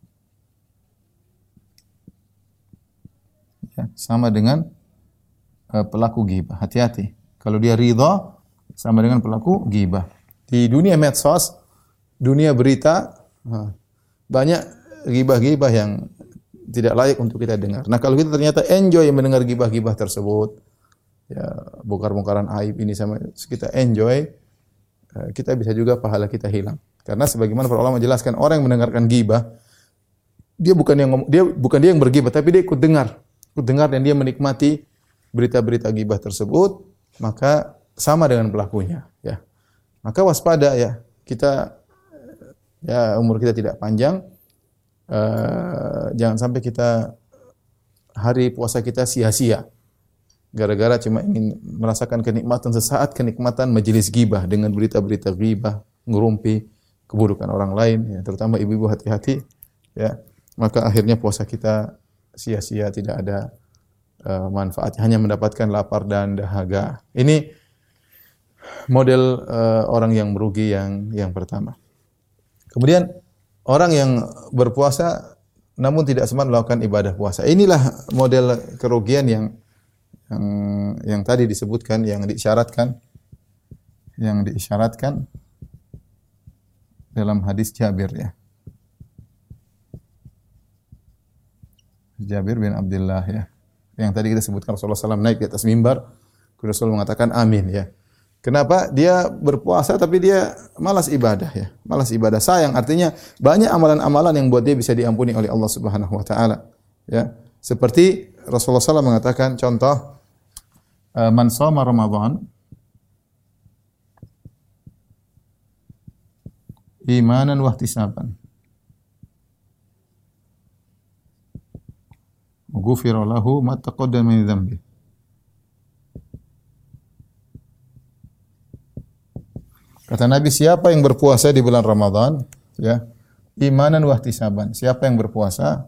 Ya, sama dengan pelaku ghibah. Hati-hati. Kalau dia ridha, sama dengan pelaku ghibah. Di dunia medsos, dunia berita, banyak ghibah-ghibah yang tidak layak untuk kita dengar. Nah, kalau kita ternyata enjoy mendengar ghibah-ghibah tersebut, ya bongkar-bongkaran aib ini sama kita enjoy, kita bisa juga pahala kita hilang. Karena sebagaimana para ulama jelaskan, orang yang mendengarkan ghibah, dia bukan dia yang berghibah, tapi dia ikut dengar dan dia menikmati berita-berita ghibah tersebut, maka sama dengan pelakunya, ya. Maka waspada ya, kita ya umur kita tidak panjang, jangan sampai kita hari puasa kita sia-sia gara-gara cuma ingin merasakan kenikmatan sesaat, kenikmatan majelis ghibah dengan berita-berita ghibah, ngerumpi keburukan orang lain, ya, terutama ibu-ibu hati-hati, ya. Maka akhirnya puasa kita sia-sia, tidak ada manfaatnya, hanya mendapatkan lapar dan dahaga. Ini model orang yang merugi yang pertama. Kemudian orang yang berpuasa namun tidak sempat melakukan ibadah puasa. Inilah model kerugian yang tadi disebutkan, yang diisyaratkan dalam hadis Jabir ya. Jabir bin Abdullah ya. Yang tadi kita sebutkan Rasulullah SAW naik di atas mimbar, Rasulullah mengatakan amin ya. Kenapa? Dia berpuasa tapi dia malas ibadah ya. Malas ibadah. Sayang, artinya banyak amalan-amalan yang buat dia bisa diampuni oleh Allah Subhanahu wa taala. Ya. Seperti Rasulullah SAW mengatakan contoh man shoma Ramadan imanan wa ihtisaban ghufira lahu ma taqaddama min dhanbi. Kata Nabi, siapa yang berpuasa di bulan Ramadan, ya, imanan wa ihtisaban. Siapa yang berpuasa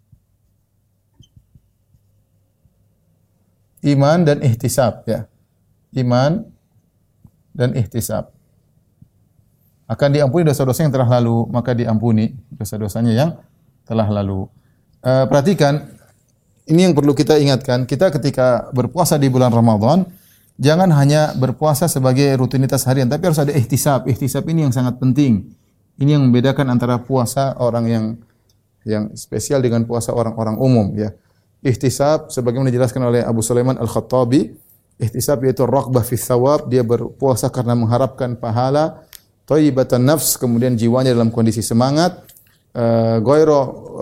iman dan ihtisab, ya. Iman dan ihtisab. Akan diampuni dosa-dosa yang telah lalu, maka diampuni dosa-dosanya yang telah lalu. Perhatikan ini yang perlu kita ingatkan. Kita ketika berpuasa di bulan Ramadan, jangan hanya berpuasa sebagai rutinitas harian, tapi harus ada ihtisab. Ihtisab ini yang sangat penting. Ini yang membedakan antara puasa orang yang spesial dengan puasa orang-orang umum, ya. Ihtisab sebagaimana dijelaskan oleh Abu Sulaiman Al-Khattabi, ihtisab yaitu raghbah fi thawab, dia berpuasa karena mengharapkan pahala, thayyibatan nafs, kemudian jiwanya dalam kondisi semangat, ghairu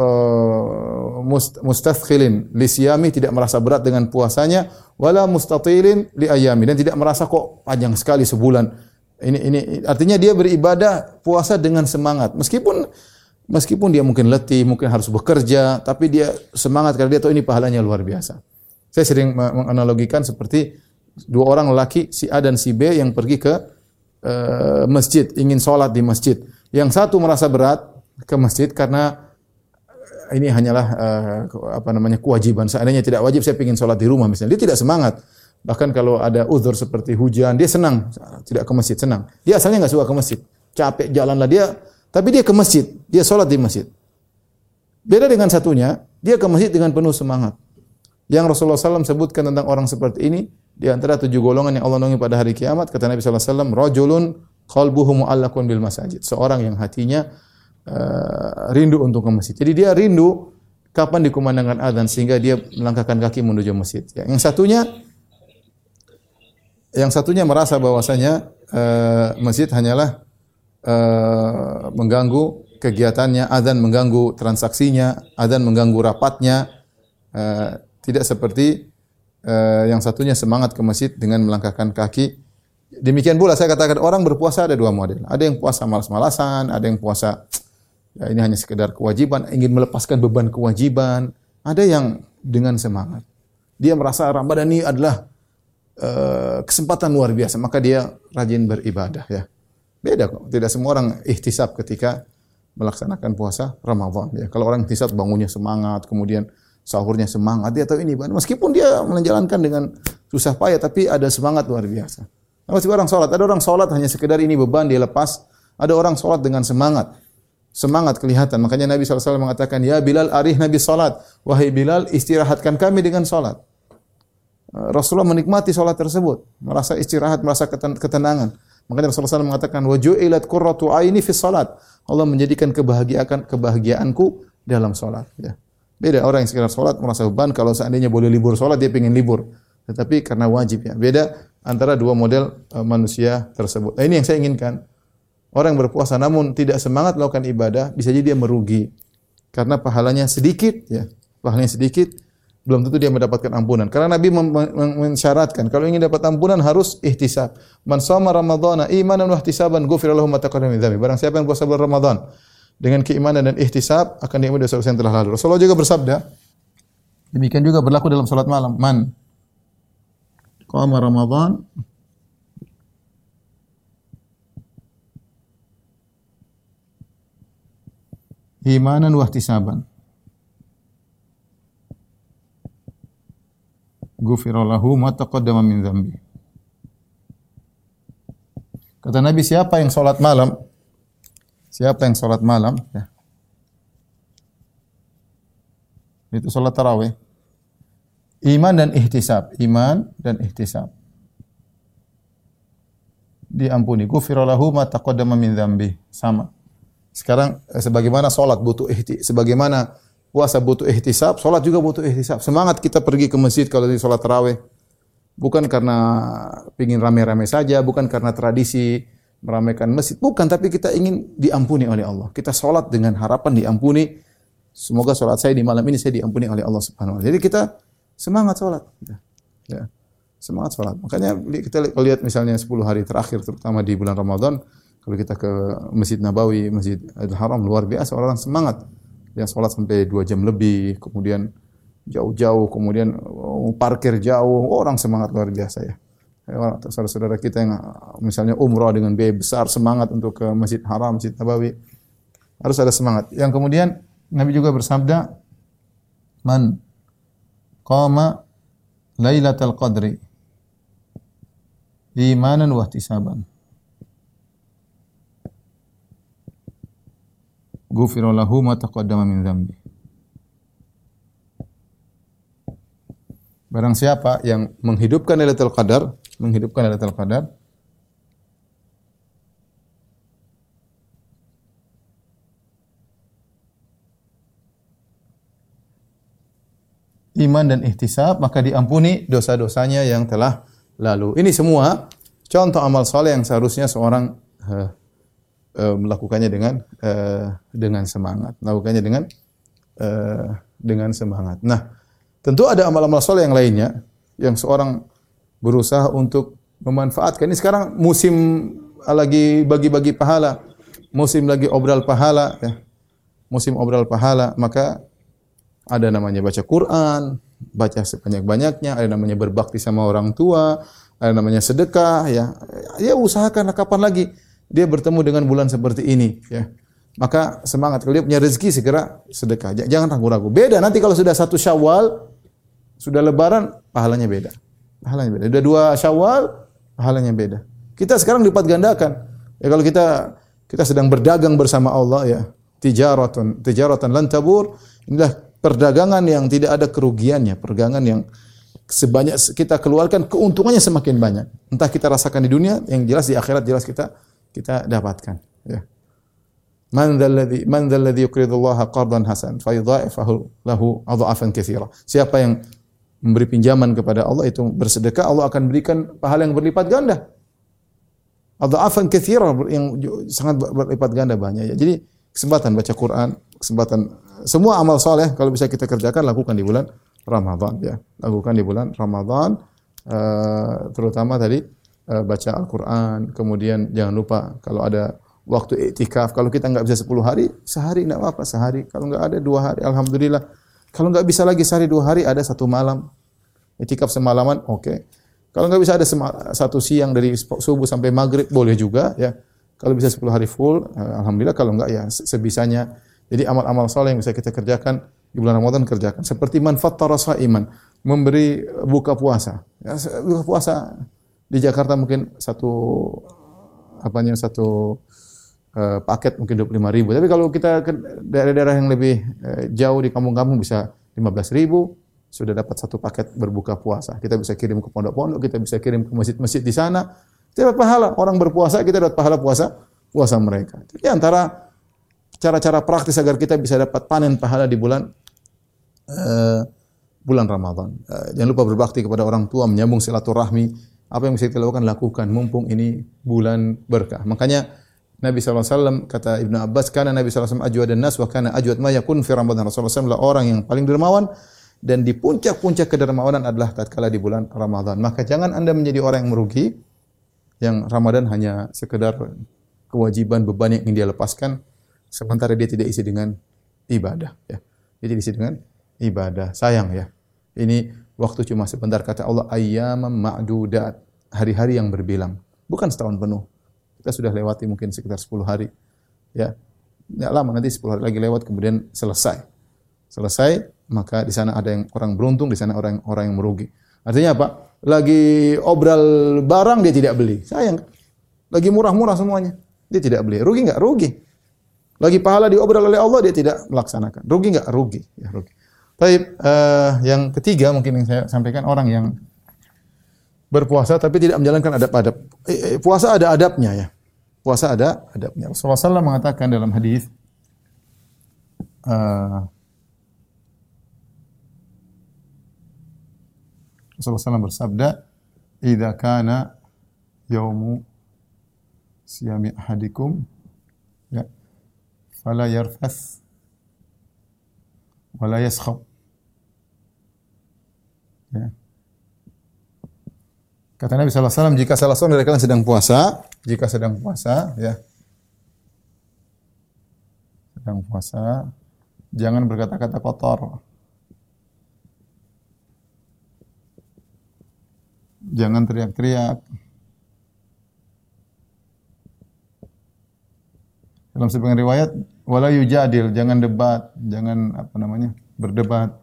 mustathqilin li siyami, tidak merasa berat dengan puasanya, wala mustatilin li ayami, dan tidak merasa kok panjang sekali sebulan. Ini artinya dia beribadah puasa dengan semangat. Meskipun dia mungkin letih, mungkin harus bekerja, tapi dia semangat karena dia tahu ini pahalanya luar biasa. Saya sering menganalogikan seperti dua orang lelaki, si A dan si B, yang pergi ke masjid, ingin sholat di masjid. Yang satu merasa berat ke masjid karena ini hanyalah kewajiban. Seandainya tidak wajib, saya ingin sholat di rumah misalnya. Dia tidak semangat. Bahkan kalau ada uzur seperti hujan, dia senang tidak ke masjid, senang. Dia asalnya nggak suka ke masjid, capek jalanlah dia, tapi dia ke masjid, dia sholat di masjid. Beda dengan satunya, dia ke masjid dengan penuh semangat. Yang Rasulullah SAW sebutkan tentang orang seperti ini, di antara 7 golongan yang Allah naungi pada hari kiamat, kata Nabi SAW, rajulun qalbuhu mu'allaqun bil masajid. Seorang yang hatinya rindu untuk ke masjid. Jadi dia rindu kapan dikumandangkan azan sehingga dia melangkahkan kaki menuju masjid. Ya. Yang satunya merasa bahwasanya masjid hanyalah mengganggu kegiatannya, azan mengganggu transaksinya, azan mengganggu rapatnya. Tidak seperti yang satunya semangat ke masjid dengan melangkahkan kaki. Demikian pula saya katakan orang berpuasa ada 2 model. Ada yang puasa malas-malasan, ada yang puasa ya ini hanya sekedar kewajiban, ingin melepaskan beban kewajiban. Ada yang dengan semangat. Dia merasa Ramadan ini adalah kesempatan luar biasa, maka dia rajin beribadah, ya. Beda kok. Tidak semua orang ihtisab ketika melaksanakan puasa Ramadan, ya. Kalau orang ihtisab bangunnya semangat, kemudian sahurnya semangat, dia tahu ini meskipun dia menjalankan dengan susah payah, tapi ada semangat luar biasa. Masih orang sholat, ada orang sholat hanya sekedar ini beban dia lepas, ada orang sholat dengan semangat. Semangat kelihatan. Makanya Nabi SAW mengatakan, ya Bilal arih Nabi sholat. Wahai Bilal, istirahatkan kami dengan sholat. Rasulullah menikmati sholat tersebut, merasa istirahat, merasa ketenangan. Makanya Rasulullah SAW mengatakan, waju'ilat qurratu aini fi sholat. Allah menjadikan kebahagiaanku dalam sholat. Ya. Beda orang yang sekedar sholat merasa beban, kalau seandainya boleh libur sholat dia pengen libur. Tetapi karena wajib, ya. Beda antara 2 model manusia tersebut. Nah, ini yang saya inginkan. Orang yang berpuasa namun tidak semangat melakukan ibadah, bisa jadi dia merugi. Karena pahalanya sedikit, ya. Pahalanya sedikit, belum tentu dia mendapatkan ampunan. Karena Nabi mensyaratkan kalau ingin dapat ampunan harus ihtisab. Man shoma ramadhana imanan wa ihtisaban ghufira lahu ma taqaddama min dzambi. Barang siapa yang puasa bulan Ramadan dengan keimanan dan ihtisab akan diampuni dosa-dosa yang telah lalu. Rasulullah juga bersabda, demikian juga berlaku dalam salat malam. Man qama Ramadan imanan wa ihtisaban ghufira lahu ma taqaddama min dzambi. Kata Nabi, siapa yang salat malam? Siapa yang salat malam? Ya. Itu salat tarawih. Iman dan ihtisab, iman dan ihtisab. Diampuni. Ghufira lahu ma taqaddama min dzambi. Sama. Sekarang sebagaimana salat butuh sebagaimana puasa butuh ihtisab, salat juga butuh ihtisab. Semangat kita pergi ke masjid kalau di salat tarawih. Bukan karena pingin rame-rame saja, bukan karena tradisi meramaikan masjid, bukan, tapi kita ingin diampuni oleh Allah. Kita salat dengan harapan diampuni. Semoga salat saya di malam ini saya diampuni oleh Allah Subhanahu wa taala. Jadi kita semangat salat. Ya. Semangat salat. Makanya kita lihat misalnya 10 hari terakhir terutama di bulan Ramadan, kalau kita ke Masjid Nabawi, Masjid Al-Haram, luar biasa orang semangat. Yang sholat sampai 2 jam lebih, kemudian jauh-jauh, kemudian parkir jauh, orang semangat luar biasa, ya. Saudara-saudara kita yang misalnya umrah dengan biaya besar, semangat untuk ke Masjid Haram, Masjid Nabawi, harus ada semangat. Yang kemudian Nabi juga bersabda, man qama lailatul qadri imanan wa ihtisaban ghufira lahu ma taqaddama min dzambi. Barang siapa yang menghidupkan Lailatul Qadar, menghidupkan Lailatul Qadar, iman dan ihtisab, maka diampuni dosa-dosanya yang telah lalu. Ini semua contoh amal soleh yang seharusnya seorang melakukannya dengan semangat, melakukannya dengan semangat. Nah, tentu ada amal-amal soleh yang lainnya yang seorang berusaha untuk memanfaatkan. Ini sekarang musim lagi bagi-bagi pahala, musim lagi obral pahala, ya. Musim obral pahala, maka ada namanya baca Quran, baca sebanyak-banyaknya, ada namanya berbakti sama orang tua, ada namanya sedekah, ya. Ya usahakanlah kapan lagi dia bertemu dengan bulan seperti ini, ya. Maka semangat, kalau dia punya rezeki segera sedekah. Jangan ragu-ragu. Beda nanti kalau sudah 1 Syawal, sudah lebaran, pahalanya beda. Pahalanya beda. Sudah 2 Syawal, pahalanya beda. Kita sekarang lipat gandakan. Ya kalau kita sedang berdagang bersama Allah, ya. Tijaratan lan tabur. Inilah perdagangan yang tidak ada kerugiannya, perdagangan yang sebanyak kita keluarkan keuntungannya semakin banyak. Entah kita rasakan di dunia, yang jelas di akhirat jelas kita dapatkan, ya. Man dzalladzi yuqridullaha qardan hasan fa yudha'ifahu lahu adha'afan katsira. Siapa yang memberi pinjaman kepada Allah itu bersedekah, Allah akan berikan pahala yang berlipat ganda. Adha'afan katsira, yang sangat berlipat ganda banyak, ya. Jadi kesempatan baca Quran, kesempatan semua amal soleh kalau bisa kita kerjakan, lakukan di bulan Ramadan, ya. Lakukan di bulan Ramadan, terutama tadi baca Al-Quran. Kemudian jangan lupa kalau ada waktu iktikaf, kalau kita nggak bisa 10 hari, sehari nggak apa-apa, sehari. Kalau nggak ada 2 hari, alhamdulillah. Kalau nggak bisa lagi sehari 2 hari, ada 1 malam iktikaf semalaman, oke. Kalau nggak bisa ada 1 siang dari subuh sampai maghrib, boleh juga, ya. Kalau bisa 10 hari full, alhamdulillah. Kalau enggak, ya sebisanya. Jadi amal-amal soleh yang bisa kita kerjakan di bulan Ramadan, kerjakan. Seperti man fattara shaiman, memberi buka puasa. Ya, buka puasa di Jakarta mungkin satu paket mungkin 25.000. Tapi kalau kita ke daerah-daerah yang lebih jauh di kampung-kampung bisa 15.000, sudah dapat 1 paket berbuka puasa. Kita bisa kirim ke pondok-pondok, kita bisa kirim ke masjid-masjid di sana. Kita dapat pahala. Orang berpuasa, kita dapat pahala puasa mereka. Jadi antara cara-cara praktis agar kita bisa dapat panen pahala di bulan Ramadan. Jangan lupa berbakti kepada orang tua, menyambung silaturahmi. Apa yang bisa kita lakukan mumpung ini bulan berkah. Makanya Nabi SAW, kata Ibnu Abbas, karena Nabi SAW ajwadan nas wa kana ajwad ma yakun fi Ramadan. Rasulullah SAW adalah orang yang paling dermawan, dan di puncak-puncak kedermawanan adalah tatkala di bulan Ramadan. Maka jangan Anda menjadi orang yang merugi, yang Ramadan hanya sekedar kewajiban, beban yang ingin dia lepaskan, sementara dia tidak isi dengan ibadah, ya. Dia tidak isi dengan ibadah. Sayang, ya. Ini waktu cuma sebentar, kata Allah, ayyamam ma'dudat, hari-hari yang berbilang. Bukan setahun penuh. Kita sudah lewati mungkin sekitar 10 hari. Ya. Enggak lama, nanti 10 hari lagi lewat, kemudian selesai. Selesai, maka di sana ada yang orang beruntung, di sana orang yang merugi. Artinya apa? Lagi obral barang dia tidak beli. Sayang. Lagi murah-murah semuanya. Dia tidak beli. Rugi enggak? Rugi. Lagi pahala diobral oleh Allah, dia tidak melaksanakan. Rugi enggak? Rugi. Ya, rugi. Baik, yang ketiga mungkin yang saya sampaikan, orang yang berpuasa tapi tidak menjalankan adab-adab. Puasa ada adabnya, ya. Puasa ada adabnya. Rasulullah SAW mengatakan dalam hadis, Rasulullah SAW bersabda, "Idza kana yaumu siyami ahadikum, ya, fala yarfath wala yaskhab." Ya. Kata Nabi SAW, jika salah seorang dari kalian sedang puasa, ya, sedang puasa, jangan berkata-kata kotor. Jangan teriak-teriak. Dalam sebagian riwayat, wala yujadil, jangan debat, jangan berdebat.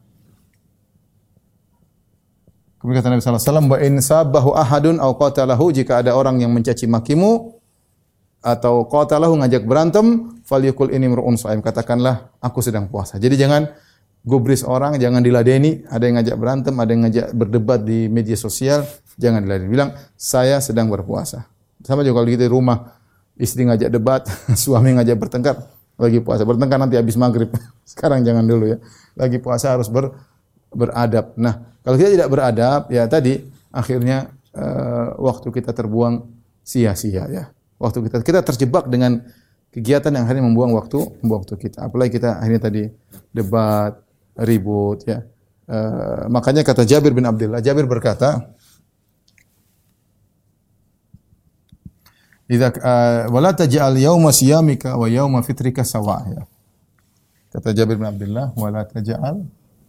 Kemudian kata Nabi sallallahu alaihi wasallam, wa in sabahu ahadun aw qatalahu, jika ada orang yang mencaci makimu atau qatalahu, ngajak berantem, falyakul inni mar'un shaim, katakanlah aku sedang puasa. Jadi jangan gubris orang, jangan diladeni. Ada yang ngajak berantem, ada yang ngajak berdebat di media sosial, jangan diladeni. Bilang, saya sedang berpuasa. Sama juga kalau kita di rumah, istri ngajak debat, suami ngajak bertengkar, lagi puasa. Bertengkar nanti habis maghrib. Sekarang jangan dulu ya. Lagi puasa harus beradab. Nah, kalau kita tidak beradab, ya tadi akhirnya waktu kita terbuang sia-sia ya. Waktu kita terjebak dengan kegiatan yang akhirnya membuang waktu kita. Apalagi kita akhirnya tadi debat, ribut ya. Makanya kata Jabir bin Abdullah, Jabir berkata, "Idza wala taj'al yauma siyamika wa yauma fitrika sawa." Ya. Kata Jabir bin Abdullah, "Wala taj'al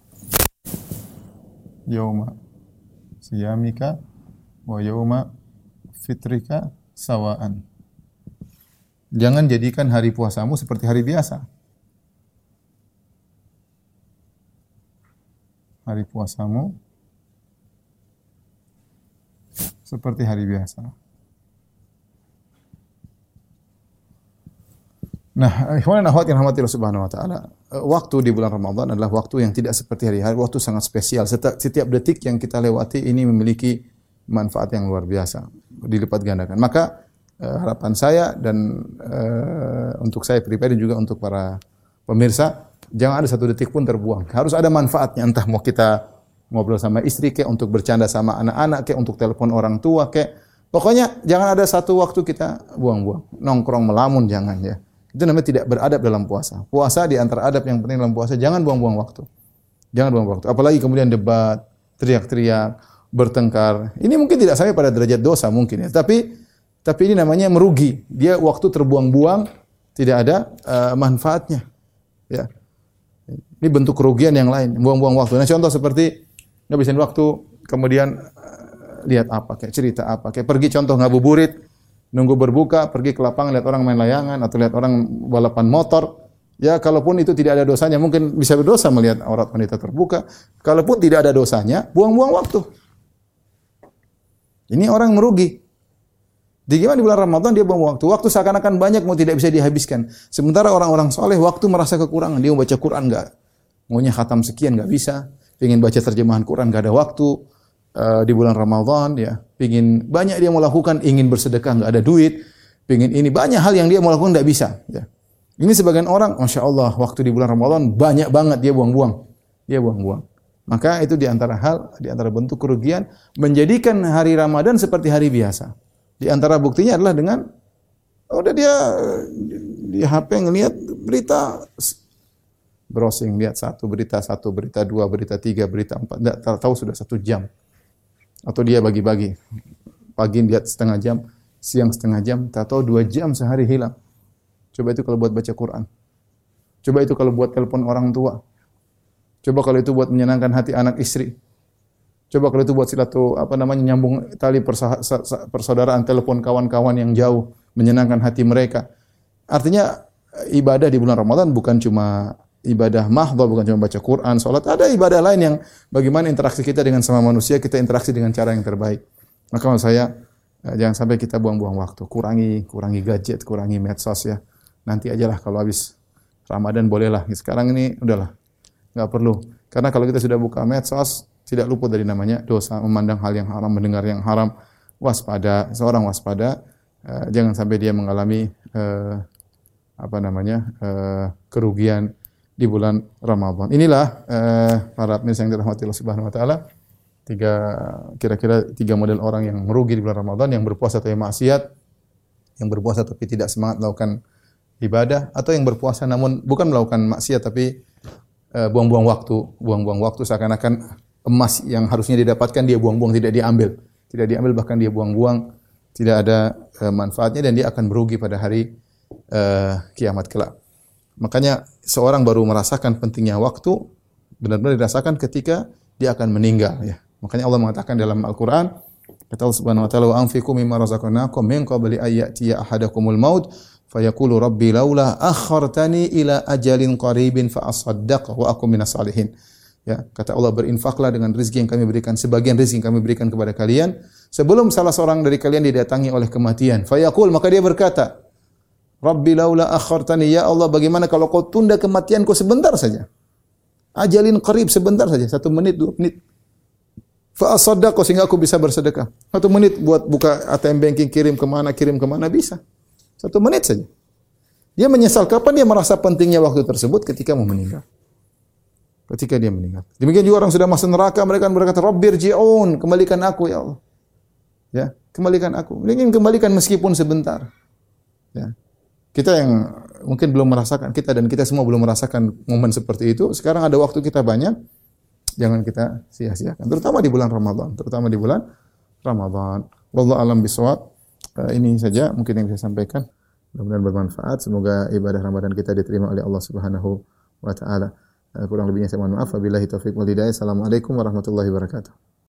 yauma siyamika wa yauma fitrika sawaan." Jangan jadikan hari puasamu seperti hari biasa. Hari puasamu seperti hari biasa. Nah, ikhwan dan akhwat yang rahmati Allah Subhanahu wa taala, waktu di bulan Ramadan adalah waktu yang tidak seperti hari-hari, waktu sangat spesial. Setiap detik yang kita lewati ini memiliki manfaat yang luar biasa, dilipat gandakan. Maka harapan saya dan untuk saya pribadi juga untuk para pemirsa, jangan ada satu detik pun terbuang. Harus ada manfaatnya, entah mau kita ngobrol sama istri kayak, untuk bercanda sama anak-anak kayak, untuk telepon orang tua kayak. Pokoknya jangan ada satu waktu kita buang-buang. Nongkrong melamun jangan ya. Itu namanya tidak beradab dalam puasa. Puasa di antara adab yang penting dalam puasa, jangan buang-buang waktu. Jangan buang waktu. Apalagi kemudian debat, teriak-teriak, bertengkar. Ini mungkin tidak sampai pada derajat dosa mungkin ya. Tapi ini namanya merugi. Dia waktu terbuang-buang, tidak ada manfaatnya. Ya. Ini bentuk kerugian yang lain, buang-buang waktu. Nah, contoh seperti ngabisin waktu, kemudian lihat apa, kayak cerita apa, kayak pergi contoh ngabuburit, nunggu berbuka, pergi ke lapangan lihat orang main layangan atau lihat orang balapan motor. Ya, kalaupun itu tidak ada dosanya, mungkin bisa berdosa melihat aurat wanita terbuka. Kalaupun tidak ada dosanya, buang-buang waktu. Ini orang merugi. Di gimana di bulan Ramadan dia buang waktu. Waktu seakan-akan banyak, mau tidak bisa dihabiskan. Sementara orang-orang soleh waktu merasa kekurangan. Dia mau baca Quran enggak. Maunya khatam sekian enggak bisa. Pengen baca terjemahan Quran enggak ada waktu. Di bulan Ramadan ya, pengin banyak dia mau lakukan, ingin bersedekah enggak ada duit, pengin ini banyak hal yang dia mau lakukan enggak bisa ya. Ini sebagian orang, Masya Allah, waktu di bulan Ramadan banyak banget dia buang-buang. Dia buang-buang. Maka itu di antara bentuk kerugian menjadikan hari Ramadan seperti hari biasa. Di antara buktinya adalah dengan udah dia di HP ngelihat berita, browsing, lihat satu, berita 2, berita 3, berita 4, enggak tahu sudah 1 jam. Atau dia bagi-bagi. Pagi lihat setengah jam, siang setengah jam, tak tahu 2 jam sehari hilang. Coba itu kalau buat baca Quran. Coba itu kalau buat telepon orang tua. Coba kalau itu buat menyenangkan hati anak istri. Coba kalau itu buat nyambung tali persaudaraan, telepon kawan-kawan yang jauh, menyenangkan hati mereka. Artinya ibadah di bulan Ramadan bukan cuma ibadah mahdhah, bukan cuma baca Quran, salat, ada ibadah lain yang bagaimana interaksi kita dengan sama manusia, kita interaksi dengan cara yang terbaik. Maka maksud saya jangan sampai kita buang-buang waktu. Kurangi gadget, kurangi medsos ya. Nanti ajalah kalau habis Ramadan bolehlah. Sekarang ini udahlah. Enggak perlu. Karena kalau kita sudah buka medsos, tidak luput dari namanya dosa, memandang hal yang haram, mendengar yang haram. Waspada, seorang waspada, jangan sampai dia mengalami kerugian di bulan Ramadan. Inilah para pemirsa yang dirahmati Allah Subhanahu wa taala, kira-kira 3 model orang yang merugi di bulan Ramadan, yang berpuasa tapi maksiat, yang berpuasa tapi tidak semangat melakukan ibadah, atau yang berpuasa namun bukan melakukan maksiat tapi buang-buang waktu seakan-akan emas yang harusnya didapatkan dia buang-buang, tidak diambil bahkan dia buang-buang, tidak ada manfaatnya dan dia akan merugi pada hari kiamat kelak. Makanya seorang baru merasakan pentingnya waktu, benar-benar dirasakan ketika dia akan meninggal ya. Makanya Allah mengatakan dalam Al-Qur'an, kata Allah Subhanahu wa taala, "Wa anfiqu mimma razaqnakum min qabli an ya'tiya ahadakumul maut fayaqulu rabbi laula akhartani ila ajalin qaribin fa asaddaq wa akum minas salihin." Ya, kata Allah, berinfaklah dengan rezeki yang kami berikan, sebagian rezeki yang kami berikan kepada kalian sebelum salah seorang dari kalian didatangi oleh kematian. Fayaqul, maka dia berkata, Rabbi laula akhartani, ya Allah, bagaimana kalau kau tunda kematianku sebentar saja? Ajalin qarib, sebentar saja, 1 menit, 2 menit. Fa asaddaq, sehingga aku bisa bersedekah. 1 menit buat buka ATM banking, kirim kemana bisa. 1 menit saja. Dia menyesal kapan dia merasa pentingnya waktu tersebut ketika mau meninggal. Ketika dia meninggal. Demikian juga orang sudah masuk neraka, mereka berkata, Rabbirji'un, kembalikan aku ya Allah. Ya, kembalikan aku. Ingin kembalikan meskipun sebentar. Ya. Kita yang mungkin belum merasakan, kita semua belum merasakan momen seperti itu. Sekarang ada waktu kita banyak, jangan kita sia-siakan. Terutama di bulan Ramadan. Wallahu a'lam bishawab. Ini saja mungkin yang bisa sampaikan. Mudah-mudahan bermanfaat. Semoga ibadah Ramadan kita diterima oleh Allah Subhanahu wa taala. Kurang lebihnya saya mohon maaf. Wabillahi taufiq wal hidayah. Assalamualaikum warahmatullahi wabarakatuh.